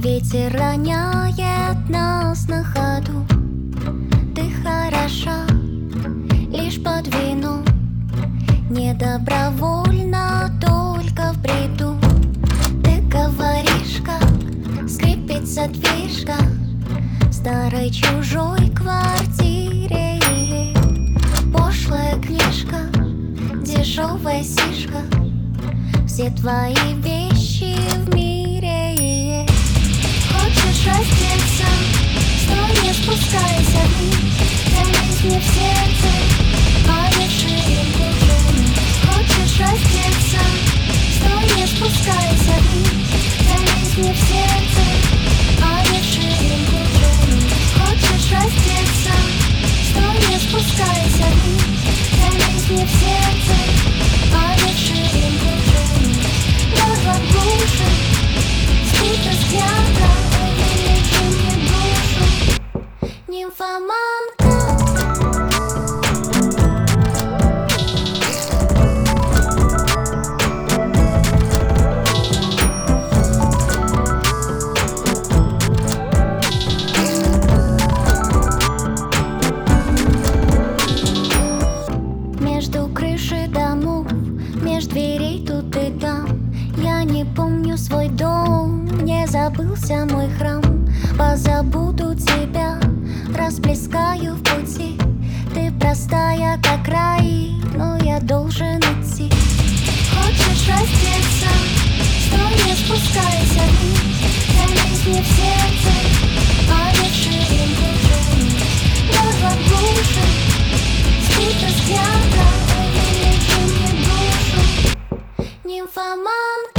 Ветер роняет нас на ходу. Ты хороша лишь под вину, не добровольно, только в бреду. Ты говоришь, как скрипит задвижка в старой чужой квартире. Пошлая книжка, дешевая сишка, все твои вещи в мире. Хочешь раздеться, стой, не спускайся вниз, тянись мне в сердце, по вечеринку джинс. Хочешь раздеться, стой, не спускайся вниз, тянись мне в сердце, по вечеринку джинс. Хочешь раздеться, стой, не спускайся вниз, тянись мне в сердце, по вечеринку джинс. Горло глушит, спит взгляда, увеличи мне душу, нимфоманка. Между крыши домов, меж дверей тут и там, я не помню свой дом, не забылся мой храм. Позабуду тебя, расплескаю в пути. Ты простая, как рай, но я должен идти. Хочешь раздеться, стой, не спускайся вниз, тянись мне в сердце, по вечеринку джинс. Горло глушит, спит взгляда, увеличи мне душу, нимфоманка.